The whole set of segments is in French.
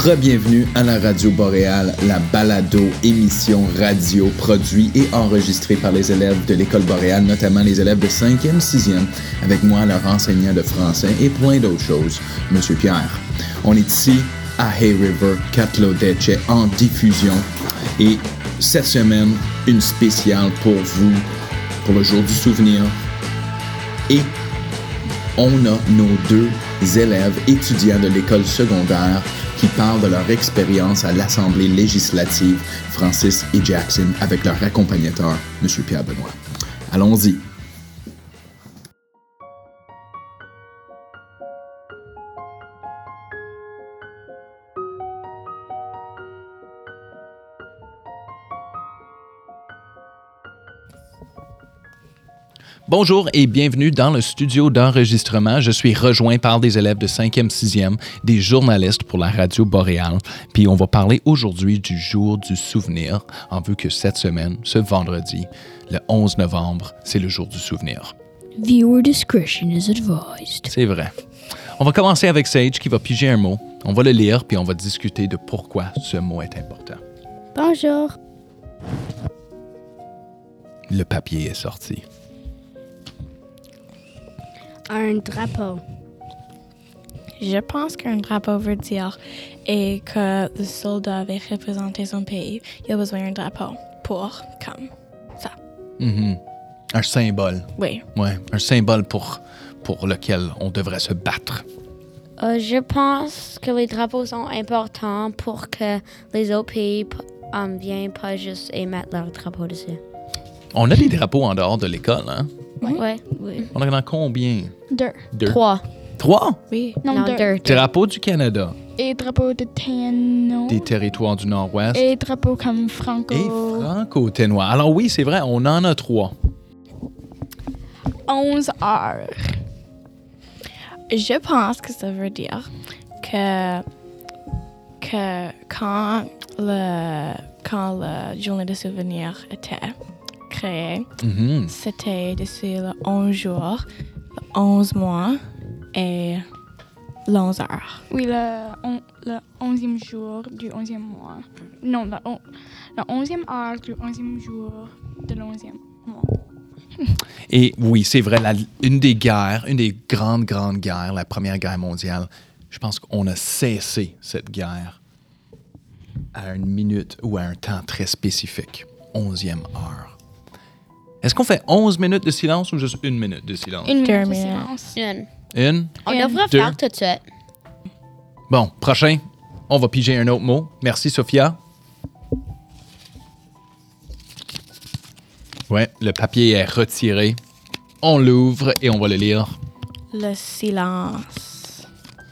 Re-bienvenue à la Radio Boréale, la balado-émission radio produite et enregistrée par les élèves de l'École Boréale, notamment les élèves de 5e, 6e, avec moi, leur enseignant de français et plein d'autres choses, Monsieur Pierre. On est ici à Hay River, Catlodeche, en diffusion. Et cette semaine, une spéciale pour vous, pour le jour du souvenir. Et on a nos deux élèves étudiants de l'école secondaire qui parlent de leur expérience à l'Assemblée législative, Francis et Jackson, avec leur accompagnateur, M. Pierre Benoît. Allons-y. Bonjour et bienvenue dans le studio d'enregistrement. Je suis rejoint par des élèves de 5e, 6e, des journalistes pour la Radio Boréale. Puis on va parler aujourd'hui du jour du souvenir, en vue que cette semaine, ce vendredi, le 11 novembre, c'est le jour du souvenir. Viewer discretion is advised. C'est vrai. On va commencer avec Sage qui va piger un mot. On va le lire puis on va discuter de pourquoi ce mot est important. Bonjour. Le papier est sorti. Un drapeau. Je pense qu'un drapeau veut dire et que le soldat avait représenté son pays. Il a besoin d'un drapeau pour, comme ça. Mm-hmm. Un symbole. Oui. Ouais, un symbole pour lequel on devrait se battre. Je pense que les drapeaux sont importants pour que les autres pays viennent pas juste et mettre leur drapeau dessus. On a des drapeaux en dehors de l'école, hein? Oui. On en a combien? Deux. 3. 3? Oui. Non, deux. Drapeau du Canada. Et drapeau de Taino. Des territoires du Nord-Ouest. Et drapeau comme Franco. Et franco-ténois. Alors oui, c'est vrai, on en a 3. 11 heures. Je pense que ça veut dire que quand le journée de souvenir était créé, Mm-hmm. c'était d'ici le 11 jours, le 11 mois et le 11 heures. Oui, le 11e jour du 11e mois. Non, le 11e heure du 11e jour de l'11e mois. Et oui, c'est vrai, une des grandes guerres, la Première Guerre mondiale, je pense qu'on a cessé cette guerre à une minute ou à un temps très spécifique, 11e heure. Est-ce qu'on fait 11 minutes de silence ou juste 1 minute de silence? Une minute de minutes. silence. Une? On devrait deux. faire tout de suite. Bon, prochain, on va piger un autre mot. Merci, Sophia. Ouais, le papier est retiré. On l'ouvre et on va le lire. Le silence.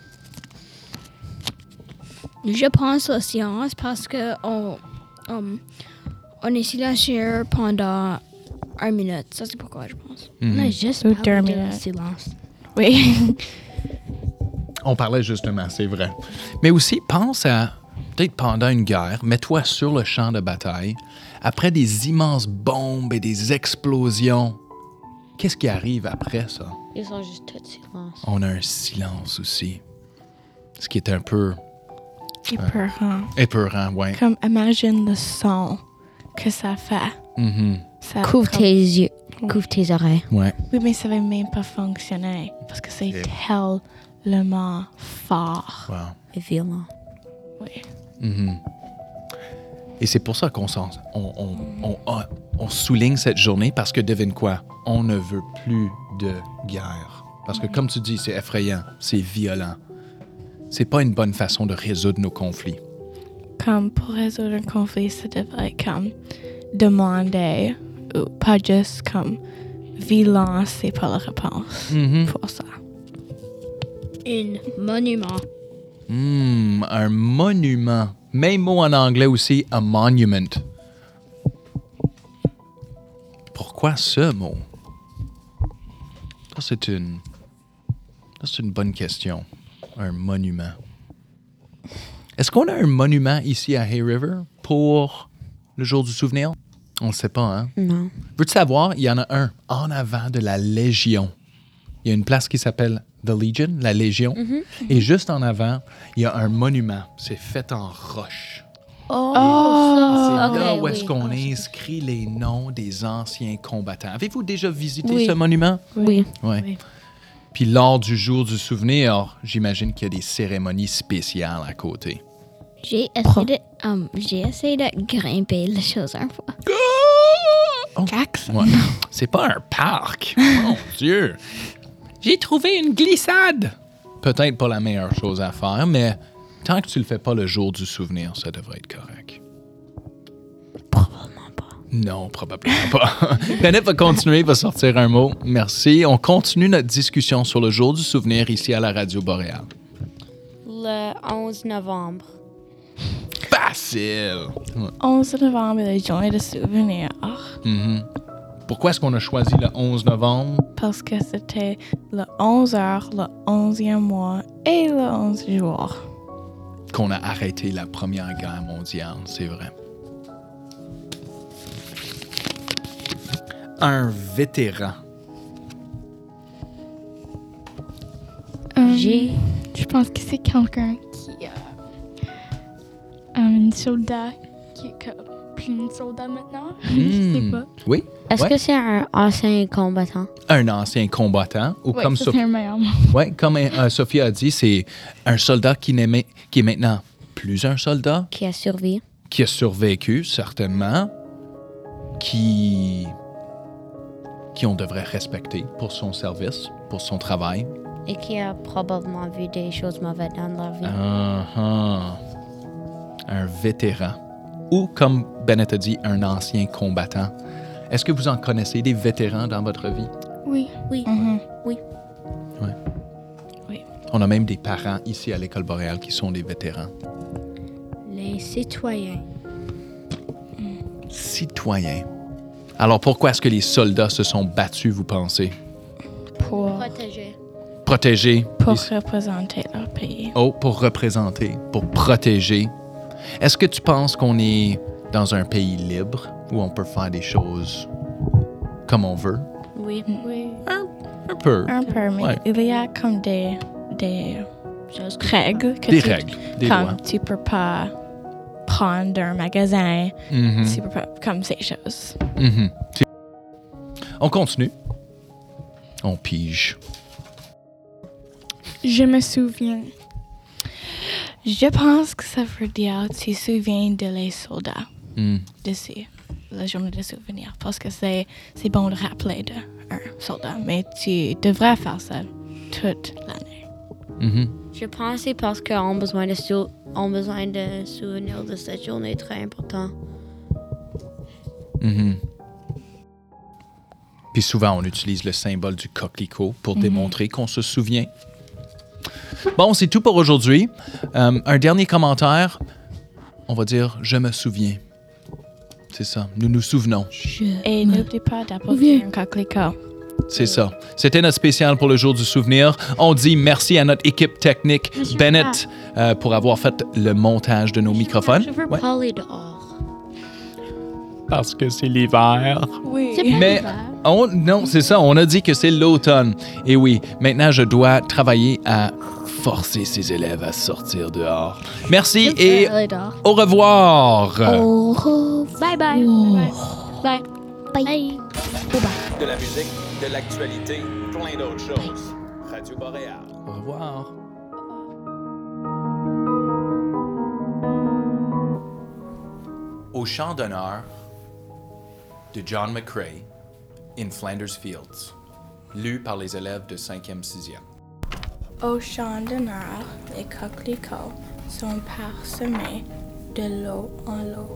Je pense au silence parce que on est silencieux pendant 1 minute. Ça, c'est pourquoi je pense. Mhm. On a juste Ou parlé 2 de minutes. silence. Oui. On parlait justement, c'est vrai. Mais aussi, pense à, peut-être pendant une guerre, mets-toi sur le champ de bataille, après des immenses bombes et des explosions. Qu'est-ce qui arrive après ça? Ils sont juste tous silence. On a un silence aussi. Ce qui est un peu Épeurant. épeurant, ouais. Comme imagine le son que ça fait. Mhm. Ça Couvre comme- tes yeux. Couvre tes oreilles. Ouais. Oui, mais ça va même pas fonctionner parce que c'est Et- tellement fort. Wow. Et violent. Oui. Mhm. Et c'est pour ça qu'on souligne cette journée parce que devine quoi? On ne veut plus de guerre. Parce que comme tu dis, c'est effrayant, c'est violent. C'est pas une bonne façon de résoudre nos conflits. Comme pour résoudre un conflit, ça devrait comme demander ou pas juste comme violence, c'est pas la réponse Mhm. pour ça. Un monument. Un monument. Même mot en anglais aussi, a monument. Pourquoi ce mot? Ça, c'est une bonne question. Un monument. Est-ce qu'on a un monument ici à Hay River pour le jour du souvenir? On ne sait pas, hein? Non. Veux-tu savoir? Il y en a un en avant de la Légion. Il y a une place qui s'appelle The Legion, la Légion. Et juste en avant, il y a un monument. C'est fait en roche. C'est là où est-ce qu'on inscrit les noms des anciens combattants. Avez-vous déjà visité ce monument? Oui. Ouais. Oui. Puis lors du jour du souvenir, j'imagine qu'il y a des cérémonies spéciales à côté. J'ai essayé de grimper les choses un fois. Jackson. Ouais. C'est pas un parc. Mon Dieu. J'ai trouvé une glissade. Peut-être pas la meilleure chose à faire, mais tant que tu le fais pas le jour du souvenir, ça devrait être correct. Probablement pas. Non, probablement pas. Bennett va continuer, va sortir un mot. Merci. On continue notre discussion sur le jour du souvenir ici à la Radio Boréale. Le 11 novembre. Facile. 11 novembre, la journée de souvenir. Mhm. Pourquoi est-ce qu'on a choisi le 11 novembre? Parce que c'était le 11 heure, le 11e mois et le 11 jour. Qu'on a arrêté la Première Guerre mondiale, c'est vrai. Un vétéran. Je pense que c'est quelqu'un qui un soldat qui est comme plus un soldat maintenant. Je sais pas. Oui? Est-ce Ouais. que c'est un ancien combattant? Un ancien combattant, ou Ouais, comme ça, c'est un meilleur mot. comme Sophie a dit, c'est un soldat qui est maintenant plus un soldat, Qui a survécu? qui a survécu, certainement, qui on devrait respecter pour son service, pour son travail. Et qui a probablement vu des choses mauvaises dans leur vie. Un vétéran. Ou, comme Bennett a dit, un ancien combattant. Est-ce que vous en connaissez des vétérans dans votre vie? Oui. Oui. On a même des parents ici à l'École boréale qui sont des vétérans. Les citoyens. Citoyens. Alors, pourquoi est-ce que les soldats se sont battus, vous pensez? Pour Protéger. Protéger. représenter leur pays. Oh, pour représenter, pour protéger. Est-ce que tu penses qu'on est dans un pays libre où on peut faire des choses comme on veut? Oui. Un peu. Un peu, mais Ouais. il y a comme des Choses règles. Que Des tu- règles, des comme lois. tu peux pas prendre d'un magasin, Mhm, tu peux pas, comme ces choses. mhm. On continue. On pige. Je me souviens. Je pense que ça veut dire tu te souviens de les soldats Mm. d'ici, la journée de souvenir, parce que c'est bon de rappeler d'un soldat, mais tu devrais faire ça toute l'année. Mhm. Je pense que c'est parce qu'on a besoin de souvenirs de cette journée très importante. Mhm. Puis souvent, on utilise le symbole du coquelicot pour démontrer qu'on se souvient. Bon, c'est tout pour aujourd'hui. Un dernier commentaire. On va dire « Je me souviens ». C'est ça. Nous nous souvenons. Et n'oublie pas d'applaudir un coquelicot. C'est ça. C'était notre spécial pour le jour du souvenir. On dit merci à notre équipe technique, Bennett, pour avoir fait le montage de nos microphones. Je veux Ouais. parler dehors. Parce que c'est l'hiver. Oui. Mais non, c'est ça. On a dit que c'est l'automne. Et oui, maintenant, je dois travailler à forcer ces élèves à sortir dehors. Merci et au revoir. Bye bye. Bye. Bye. De la musique, de l'actualité, plein d'autres choses. Radio Boréal. Au revoir. Au chant d'honneur de John McCrae, In Flanders Fields, lu par les élèves de 5e, 6e. Au champ d'honneur, les coquelicots sont parsemés de lot en lot.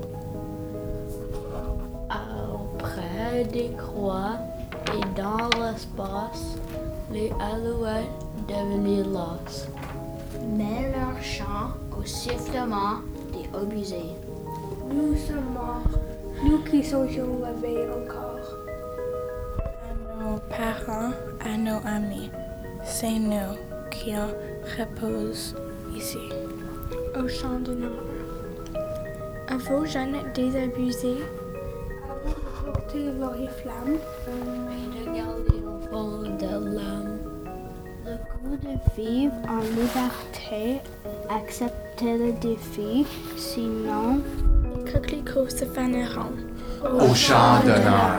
Auprès des croix et dans l'espace, les alouettes devenaient lasses. Mais leur chant au sifflement des obusés. Nous sommes morts, nous qui songeons la veille encore. À nos parents, à nos amis, c'est nous qui en reposent ici. Au champ d'honneur. À vos jeunes désabusés, à vous de porter l'oriflamme, Et de garder au fond de l'âme le goût De vivre en liberté, accepter le défi, sinon les coquelicots se faneront Au champ d'honneur.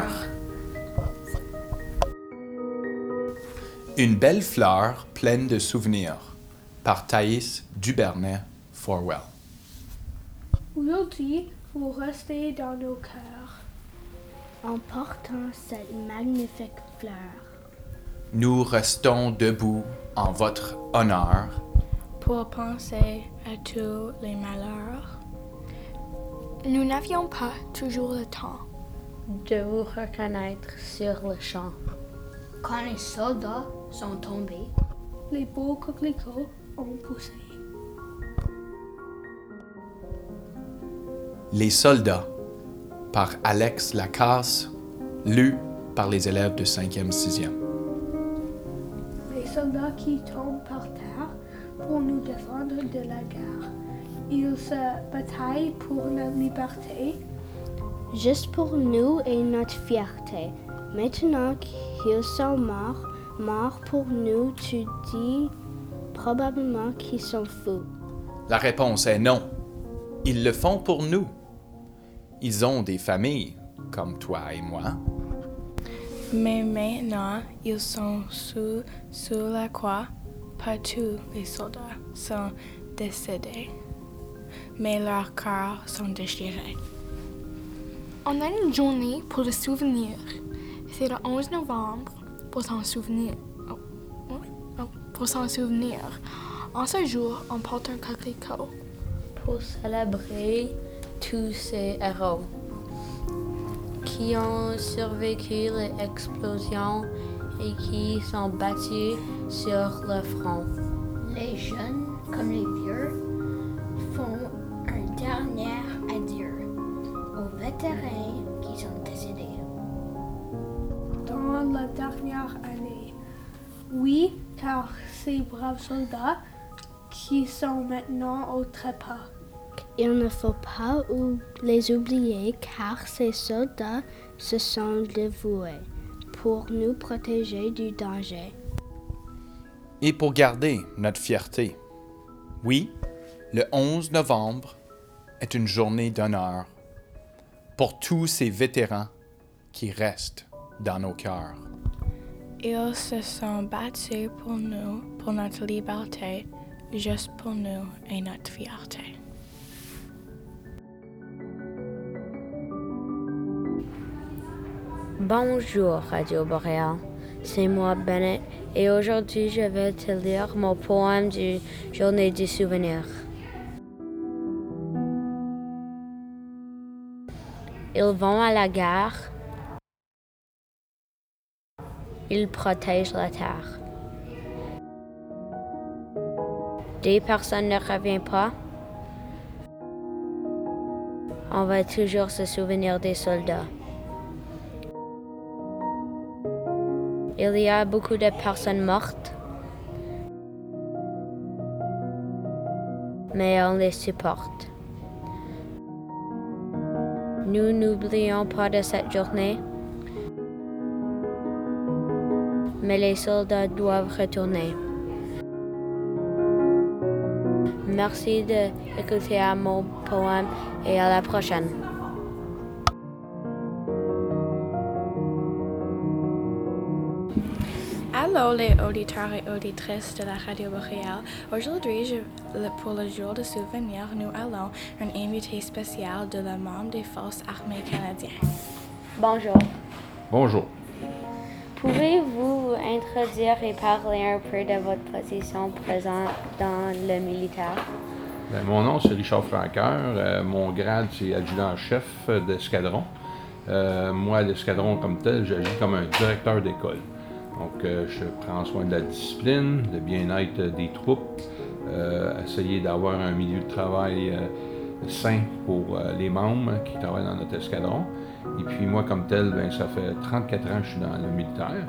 Une belle fleur pleine de souvenirs par Thaïs Dubernay-Forwell. Aujourd'hui, vous restez dans nos cœurs en portant cette magnifique fleur. Nous restons debout en votre honneur pour penser à tous les malheurs. Nous n'avions pas toujours le temps de vous reconnaître sur le champ. Quand les soldats sont tombés, les beaux coquelicots ont poussé. Les soldats par Alex Lacasse, lu par les élèves de 5e, 6e. Les soldats qui tombent par terre pour nous défendre de la guerre. Ils se bataillent pour la liberté. Juste pour nous et notre fierté. Maintenant qu'ils sont morts pour nous, tu dis probablement qu'ils sont fous. La réponse est non. Ils le font pour nous. Ils ont des familles, comme toi et moi. Mais maintenant, ils sont sur la croix. Pas tous les soldats sont décédés, mais leurs cœurs sont déchirés. On a une journée pour le souvenir. C'est le 11 novembre pour s'en souvenir. Pour s'en souvenir. En ce jour, on porte un coquelicot. Pour célébrer tous ces héros qui ont survécu l'explosion et qui sont battus sur le front. Les jeunes, comme les vieux, font un dernier adieu aux vétérans qui sont décédés. Dans la dernière année. Oui, car ces braves soldats qui sont maintenant au trépas. Il ne faut pas les oublier car ces soldats se sont dévoués pour nous protéger du danger. Et pour garder notre fierté. Oui, le 11 novembre est une journée d'honneur pour tous ces vétérans qui restent dans nos cœurs. Ils se sont battus pour nous, pour notre liberté, juste pour nous et notre fierté. Bonjour Radio Boréal, c'est moi Bennett et aujourd'hui je vais te lire mon poème du Journée du souvenir. Ils vont à la guerre, ils protègent la terre. Des personnes ne reviennent pas. On va toujours se souvenir des soldats. Il y a beaucoup de personnes mortes, mais on les supporte. Nous n'oublions pas de cette journée, mais les soldats doivent retourner. Merci d'écouter à mon poème et à la prochaine. Allô les auditeurs et auditrices de la Radio Boréal. Aujourd'hui, pour le jour de souvenir, nous allons un invité spécial de la membre des Forces armées canadiennes. Bonjour. Bonjour. Pouvez-vous vous introduire et parler un peu de votre position présente dans le militaire? Bien, mon nom, c'est Richard Franqueur. Mon grade, c'est adjudant-chef d'escadron. Moi, l'escadron comme tel, j'agis comme un directeur d'école. Donc, je prends soin de la discipline, le bien-être des troupes, essayer d'avoir un milieu de travail sain pour les membres qui travaillent dans notre escadron. Et puis moi, comme tel, ben, ça fait 34 ans que je suis dans le militaire.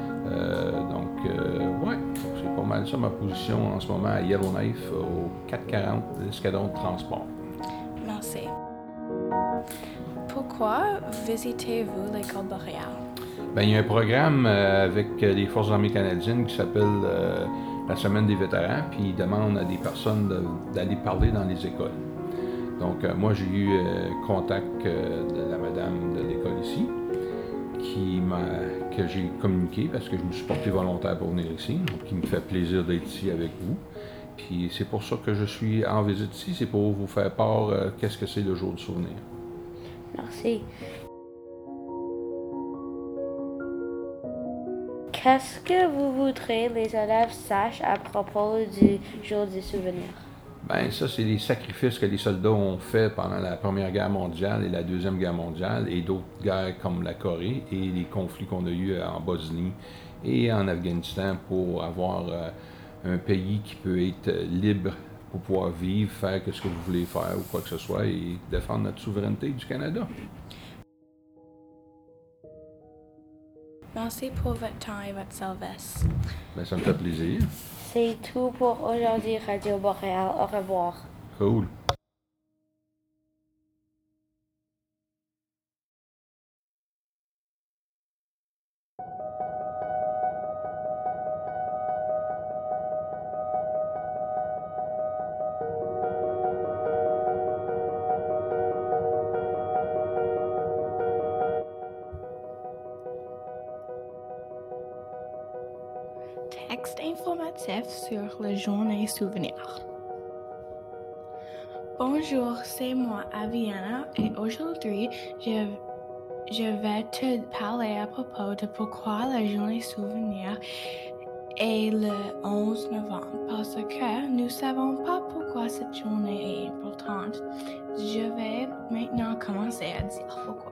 Ouais, c'est pas mal ça ma position en ce moment à Yellowknife, au 440 de l'escadron de transport. Merci. Pourquoi visitez-vous l'école boréale? Bien, il y a un programme avec les Forces armées canadiennes qui s'appelle la semaine des vétérans, puis ils demandent à des personnes d'aller parler dans les écoles. Donc, moi, j'ai eu contact de la madame de l'école ici, que j'ai communiqué parce que je me suis porté volontaire pour venir ici. Donc, il me fait plaisir d'être ici avec vous. Puis, c'est pour ça que je suis en visite ici, c'est pour vous faire part qu'est-ce que c'est le jour du souvenir. Merci. Qu'est-ce que vous voudrez les élèves sachent à propos du jour du souvenir? Bien, ça, c'est les sacrifices que les soldats ont faits pendant la Première Guerre mondiale et la Deuxième Guerre mondiale et d'autres guerres comme la Corée et les conflits qu'on a eus en Bosnie et en Afghanistan pour avoir un pays qui peut être libre pour pouvoir vivre, faire ce que vous voulez faire ou quoi que ce soit et défendre notre souveraineté du Canada. Merci pour votre temps et votre service. Bien, ça me fait plaisir. C'est tout pour aujourd'hui, Radio Boréal. Au revoir. Cool. Texte informatif sur la journée souvenir. Bonjour, c'est moi, Aviana, et aujourd'hui, je vais te parler à propos de pourquoi la journée souvenir est le 11 novembre. Parce que nous ne savons pas pourquoi cette journée est importante. Je vais maintenant commencer à dire pourquoi.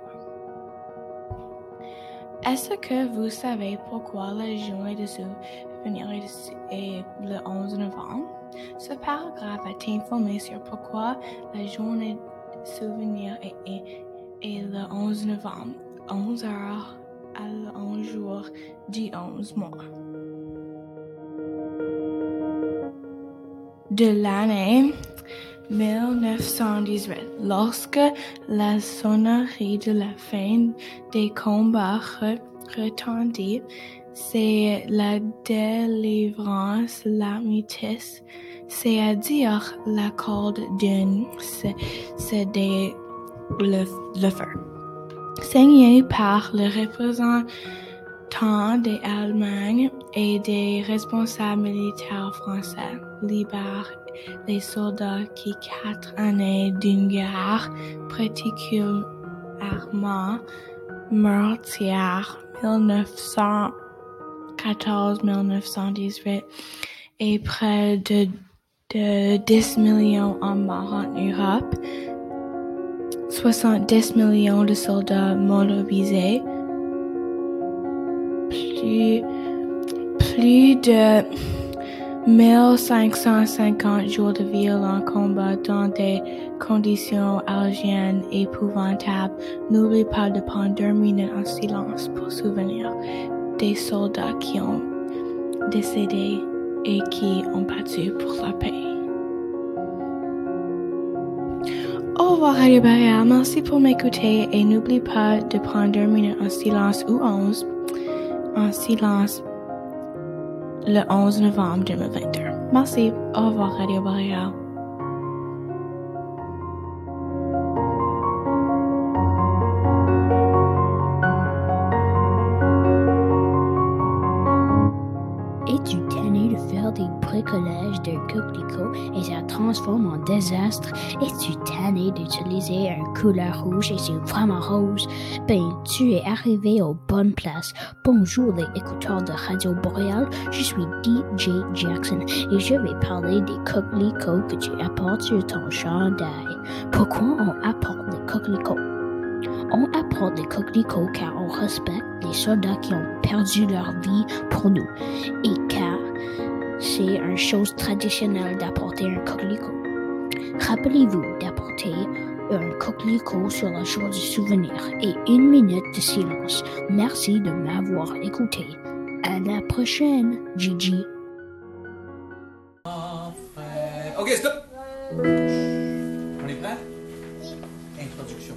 Est-ce que vous savez pourquoi la journée de souvenir est le 11 novembre? Ce paragraphe est informé sur pourquoi la journée de souvenir est le 11 novembre, 11 heures à le 11 jour du 11 mois. De l'année 1918, lorsque la sonnerie de la fin des combats retentit, c'est la délivrance, l'armistice, c'est-à-dire l'accord d'une céder le feu. Signé par les représentants des Allemands et des responsables militaires français, libère les soldats qui 4 années d'une guerre particulièrement meurtrière 1914-1918 et près de 10 millions en morts en Europe, 70 millions de soldats mobilisés, plus de 1550 jours de violents combats dans des conditions algériennes épouvantables. N'oublie pas de prendre 2 minutes en silence pour souvenir des soldats qui ont décédé et qui ont battu pour leur pays. Au revoir Radio Boréal, merci pour m'écouter et n'oublie pas de prendre 2 minutes en silence ou 11 en silence le 11 novembre 2022. Merci. Au revoir, Radio Boréal. Es-tu tanné de faire des bricolages de coquelicots et ça transforme en désastre? Es-tu tanné d'utiliser une couleur rouge et c'est vraiment rose? Ben, tu es arrivé aux bonnes places. Bonjour les écouteurs de Radio Boréal, je suis DJ Jackson et je vais parler des coquelicots que tu apportes sur ton chandail. Pourquoi on apporte les coquelicots? On apporte les coquelicots car on respecte les soldats qui ont perdu leur vie pour nous et car c'est une chose traditionnelle d'apporter un coquelicot. Rappelez-vous d'apporter un coquelicot sur le jour du souvenir et 1 minute de silence. Merci de m'avoir écouté. À la prochaine, Gigi. Ok, stop! On est prêt? Oui. Introduction.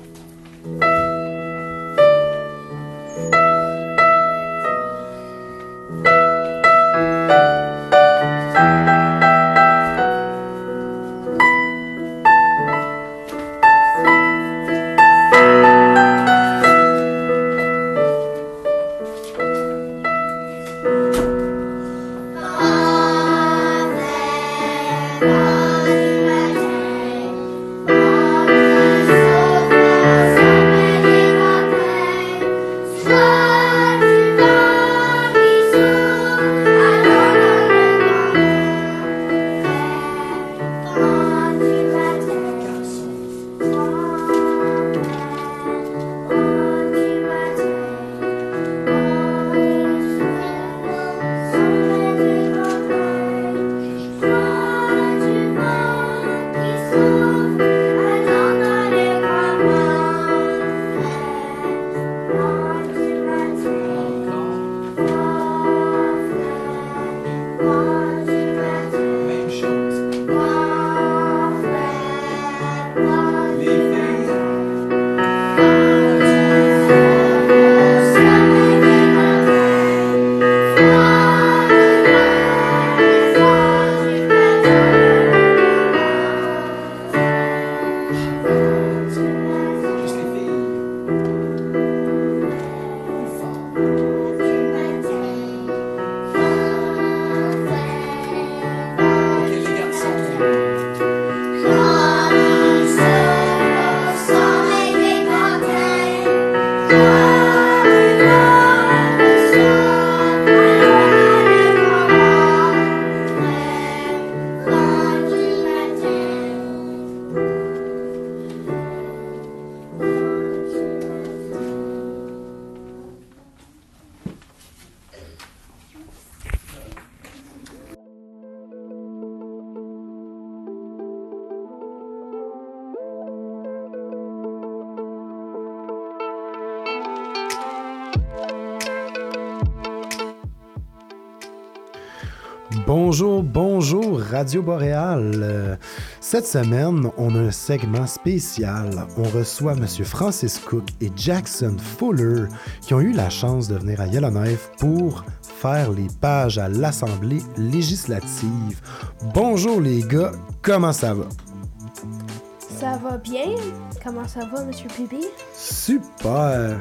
Bonjour Radio Boréal. Cette semaine, on a un segment spécial. On reçoit M. Francis Cook et Jackson Fuller qui ont eu la chance de venir à Yellowknife pour faire les pages à l'Assemblée législative. Bonjour les gars, comment ça va? Ça va bien? Comment ça va, M. Pibi? Super!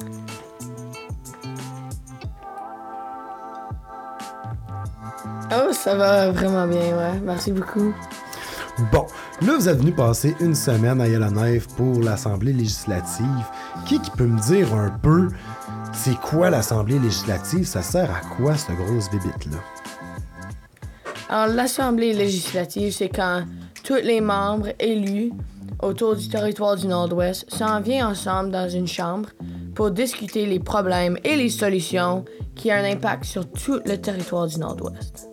Oh, ça va vraiment bien, ouais. Merci beaucoup. Bon, là, vous êtes venu passer une semaine à Yellowknife pour l'Assemblée législative. Qui peut me dire un peu, c'est quoi l'Assemblée législative? Ça sert à quoi, cette grosse bébite-là? Alors, l'Assemblée législative, c'est quand tous les membres élus autour du territoire du Nord-Ouest s'en viennent ensemble dans une chambre pour discuter les problèmes et les solutions qui ont un impact sur tout le territoire du Nord-Ouest.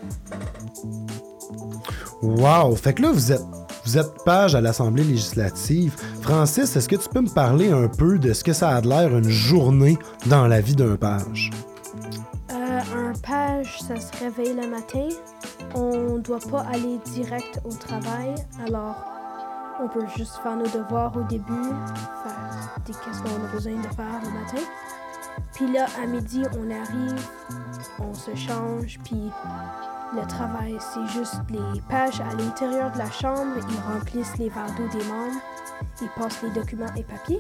Wow! Fait que là, vous êtes page à l'Assemblée législative. Francis, est-ce que tu peux me parler un peu de ce que ça a de l'air une journée dans la vie d'un page? Un page, ça se réveille le matin. On doit pas aller direct au travail, alors on peut juste faire nos devoirs au début, faire qu'est-ce qu'on a besoin de faire le matin. Puis là, à midi, on arrive, on se change, puis le travail, c'est juste les pages à l'intérieur de la chambre. Ils remplissent les verres d'eau des membres, ils passent les documents et papiers.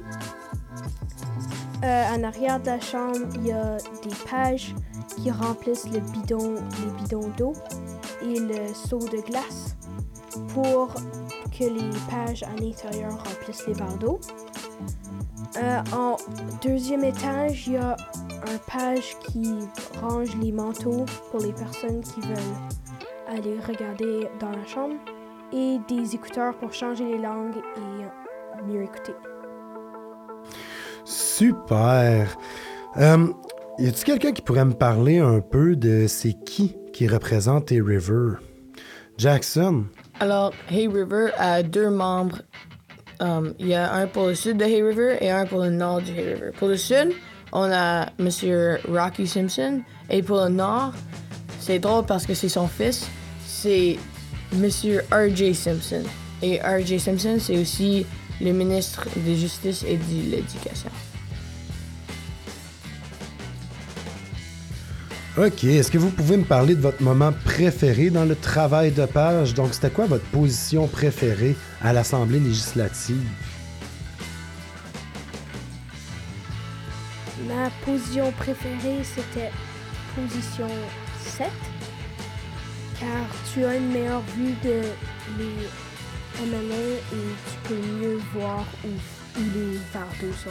En arrière de la chambre, il y a des pages qui remplissent les bidons d'eau et le seau de glace pour que les pages à l'intérieur remplissent les verres d'eau. En deuxième étage, il y a un page qui range les manteaux pour les personnes qui veulent aller regarder dans la chambre et des écouteurs pour changer les langues et mieux écouter. Super! Y a-t-il quelqu'un qui pourrait me parler un peu de c'est qui représente Hay River? Jackson? Alors, Hay River a 2 membres. Il y a un pour le sud de Hay River et un pour le nord du Hay River. Pour le sud, on a M. Rocky Simpson. Et pour le nord, c'est drôle parce que c'est son fils, c'est M. R.J. Simpson. Et R.J. Simpson, c'est aussi le ministre de Justice et de l'Éducation. OK. Est-ce que vous pouvez me parler de votre moment préféré dans le travail de page? Donc, c'était quoi votre position préférée à l'Assemblée législative? Ma position préférée, c'était position 7, car tu as une meilleure vue de les MLA et tu peux mieux voir où les verres d'eau sont.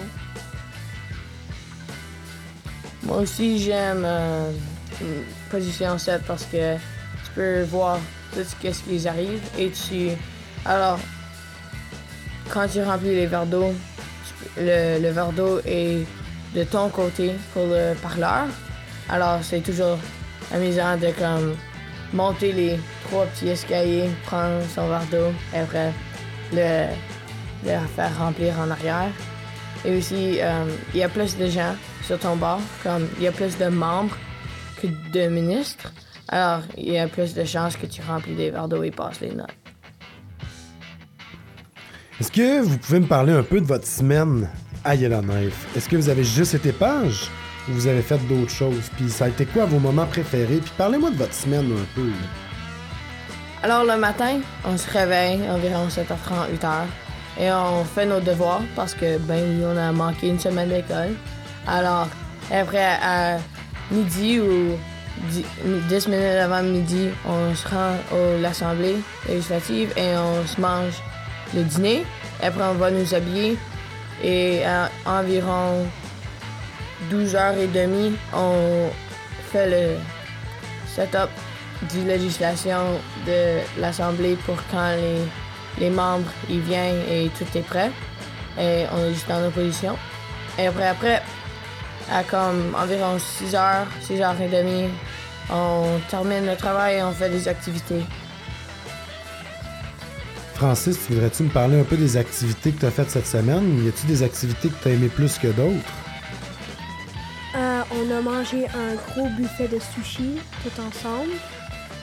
Moi aussi, j'aime position 7 parce que tu peux voir tout ce qui les arrive et alors, quand tu remplis les verres d'eau, le verre d'eau est de ton côté pour le parleur. Alors, c'est toujours amusant de monter les 3 petits escaliers, prendre son verre d'eau et après le faire remplir en arrière. Et aussi, il y a plus de gens sur ton bord, il y a plus de membres que de ministres. Alors, il y a plus de chances que tu remplis des verres d'eau et passes les notes. Est-ce que vous pouvez me parler un peu de votre semaine à Yellowknife? Est-ce que vous avez juste été page ou vous avez fait d'autres choses? Puis ça a été quoi vos moments préférés? Puis parlez-moi de votre semaine un peu. Alors, le matin, on se réveille environ 7h30, 8h. Et on fait nos devoirs parce que, oui, on a manqué une semaine d'école. Alors, après, à midi ou 10 minutes avant midi, on se rend à l'Assemblée législative et on se mange le dîner. Après, on va nous habiller et à environ 12h30, on fait le setup de législation de l'Assemblée pour quand les membres ils viennent et tout est prêt. Et on est juste dans nos positions. Et après, à environ 6h, 6h30, on termine le travail et on fait des activités. Francis, voudrais-tu me parler un peu des activités que tu as faites cette semaine? Y a-t-il des activités que tu as aimées plus que d'autres? On a mangé un gros buffet de sushi tout ensemble.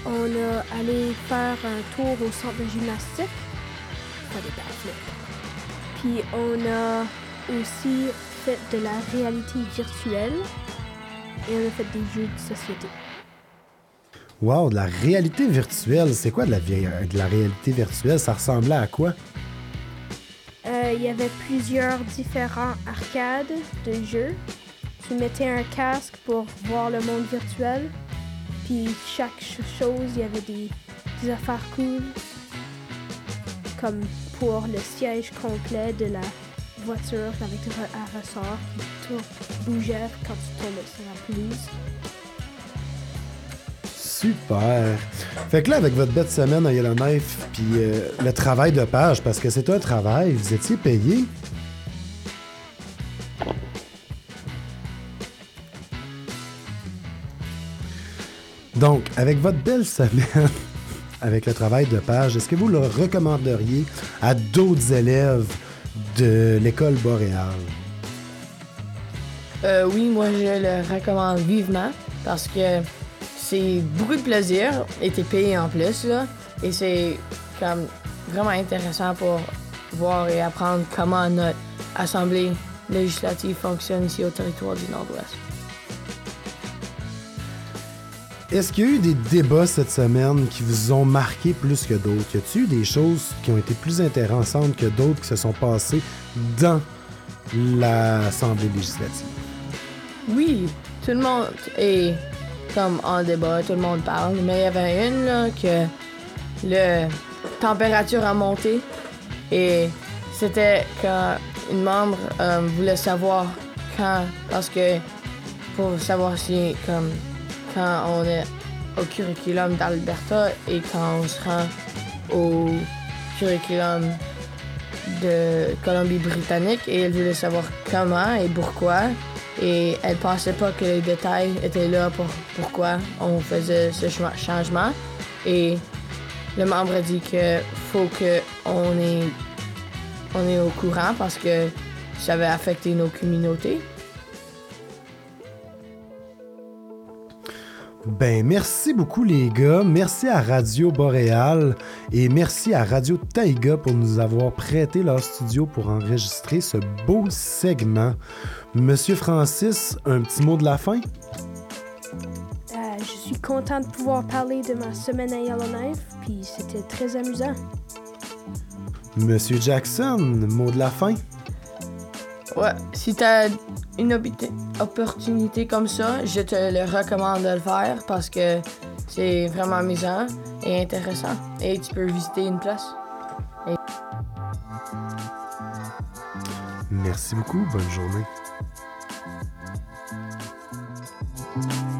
on a allé faire un tour au centre de gymnastique, pas des backflips. Puis on a aussi fait de la réalité virtuelle et on a fait des jeux de société. Wow, de la réalité virtuelle. C'est quoi de la réalité virtuelle? Ça ressemblait à quoi? Il y avait plusieurs différents arcades de jeux. Tu mettais un casque pour voir le monde virtuel. Puis chaque chose, il y avait des affaires cool. Comme pour le siège complet de la voiture avec un ressort qui tout bougeait quand tu tombais sur la pelouse. Super! Fait que là, avec votre bête semaine à Yellowknife, puis le travail de page, parce que c'est un travail, vous étiez payé? Donc, avec votre belle semaine, avec le travail de page, est-ce que vous le recommanderiez à d'autres élèves de l'école boréale? Oui, moi je le recommande vivement parce que c'est beaucoup de plaisir et t'es payé en plus, là. Et c'est comme vraiment intéressant pour voir et apprendre comment notre assemblée législative fonctionne ici au territoire du Nord-Ouest. Est-ce qu'il y a eu des débats cette semaine qui vous ont marqué plus que d'autres? Y a-t-il eu des choses qui ont été plus intéressantes que d'autres qui se sont passées dans l'Assemblée législative? Oui, tout le monde est comme en débat, tout le monde parle, mais il y avait une là, que la température a monté et c'était quand une membre voulait savoir quand, parce que pour savoir si comme quand on est au curriculum d'Alberta et quand on se rend au curriculum de Colombie-Britannique et elle voulait savoir comment et pourquoi. Et elle pensait pas que les détails étaient là pour pourquoi on faisait ce changement. Et le membre a dit que faut qu'on est au courant parce que ça va affecter nos communautés. Ben, merci beaucoup les gars. Merci à Radio Boréal et merci à Radio Taïga pour nous avoir prêté leur studio pour enregistrer ce beau segment. Monsieur Francis, un petit mot de la fin? Je suis content de pouvoir parler de ma semaine à Yellowknife, puis c'était très amusant. Monsieur Jackson, mot de la fin? Ouais, si t'as une opportunité comme ça, je te le recommande de le faire parce que c'est vraiment amusant et intéressant et tu peux visiter une place. Merci beaucoup, bonne journée.